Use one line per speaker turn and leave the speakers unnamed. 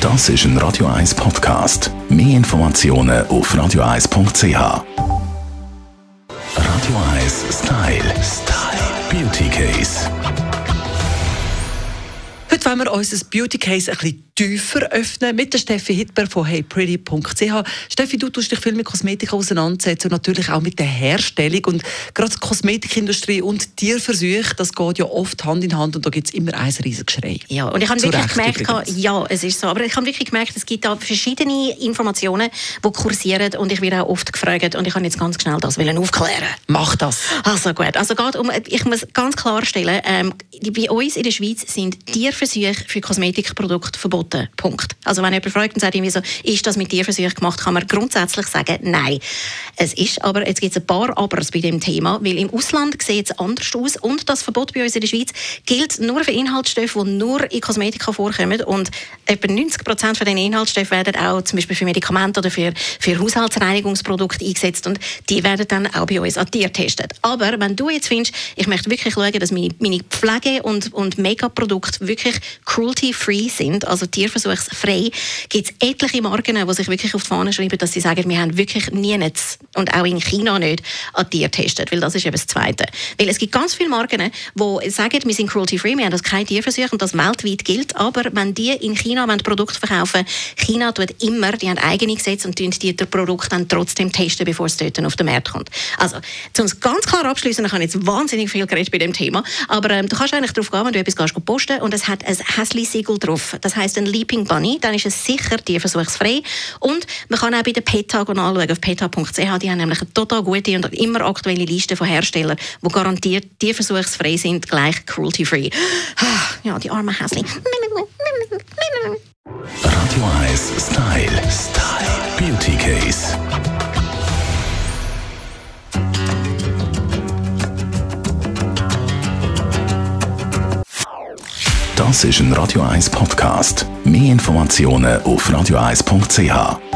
Das ist ein Radio 1 Podcast. Mehr Informationen auf radio1.ch. Radio 1 Style. Beauty Case.
Heute wollen wir unser Beauty Case ein bisschen tiefer öffnen mit der Steffi Hittberg von heypretty.ch. Steffi, du tust dich viel mit Kosmetik auseinandersetzen und natürlich auch mit der Herstellung. Und gerade die Kosmetikindustrie und Tierversuche, das geht ja oft Hand in Hand und da gibt es immer ein riesiges Geschrei.
Ja, und ich habe wirklich gemerkt, ja, es ist so, aber ich habe wirklich gemerkt, es gibt da verschiedene Informationen, die kursieren und ich werde auch oft gefragt und ich kann jetzt ganz schnell das aufklären.
Mach das.
Also gut, ich muss ganz klarstellen, bei uns in der Schweiz sind Tierversuche für Kosmetikprodukte verboten. Punkt. Also wenn jemand fragt und sagt irgendwie so, ist das mit Tierversuchen gemacht, kann man grundsätzlich sagen, nein. Es ist aber, jetzt gibt es ein paar Abers bei dem Thema, weil im Ausland sieht es anders aus und das Verbot bei uns in der Schweiz gilt nur für Inhaltsstoffe, die nur in Kosmetika vorkommen und etwa 90% von diesen Inhaltsstoffen werden auch zum Beispiel für Medikamente oder für Haushaltsreinigungsprodukte eingesetzt und die werden dann auch bei uns an Tieren getestet. Aber wenn du jetzt findest, ich möchte wirklich schauen, dass meine Pflege- und Make-up-Produkte wirklich cruelty-free sind, also tierversuchsfrei, gibt es etliche Marken, die sich wirklich auf die Fahne schreiben, dass sie sagen, wir haben wirklich nie und auch in China nicht an Tieren getestet, weil das ist eben das Zweite. Weil es gibt ganz viele Marken, die sagen, wir sind cruelty-free, wir haben das kein Tierversuch und das weltweit gilt, aber wenn die in China Produkte verkaufen, China tut immer, die haben eigene Gesetze und die Produkte dann trotzdem testen, bevor es dort auf den Markt kommt. Also, um es ganz klar abschließen, ich habe jetzt wahnsinnig viel geredet bei dem Thema, aber du kannst eigentlich darauf gehen, wenn du etwas posten und es hat ein Häsli-Siegel drauf. Das heisst ein Leaping Bunny, dann ist es sicher tierversuchsfrei. Und man kann auch bei der PETA anschauen, auf peta.ch, die haben nämlich eine total gute und immer aktuelle Liste von Herstellern, die garantiert tierversuchsfrei sind, gleich cruelty-free. Ja, die armen Häsli.
Radio 1 Style. Beauty Case. Das ist ein Radio 1 Podcast. Mehr Informationen auf radio1.ch.